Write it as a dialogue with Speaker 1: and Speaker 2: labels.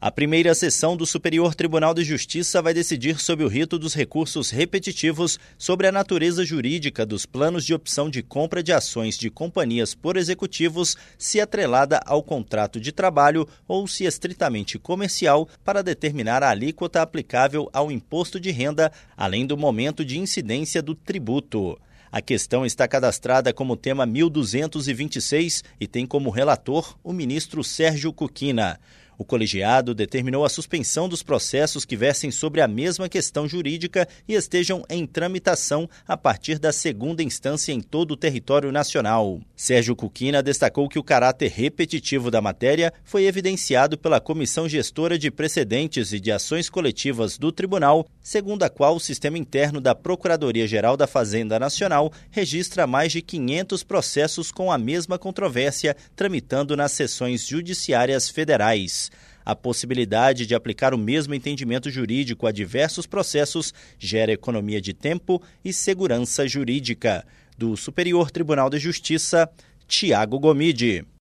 Speaker 1: A primeira sessão do Superior Tribunal de Justiça vai decidir sobre o rito dos recursos repetitivos sobre a natureza jurídica dos planos de opção de compra de ações de companhias por executivos, se atrelada ao contrato de trabalho ou se estritamente comercial, para determinar a alíquota aplicável ao imposto de renda, além do momento de incidência do tributo. A questão está cadastrada como tema 1226 e tem como relator o ministro Sérgio Cuquina. O colegiado determinou a suspensão dos processos que versem sobre a mesma questão jurídica e estejam em tramitação a partir da segunda instância em todo o território nacional. Sérgio Cuquina destacou que o caráter repetitivo da matéria foi evidenciado pela Comissão Gestora de Precedentes e de Ações Coletivas do Tribunal, segundo a qual o sistema interno da Procuradoria-Geral da Fazenda Nacional registra mais de 500 processos com a mesma controvérsia tramitando nas seções judiciárias federais. A possibilidade de aplicar o mesmo entendimento jurídico a diversos processos gera economia de tempo e segurança jurídica. Do Superior Tribunal de Justiça, Tiago Gomide.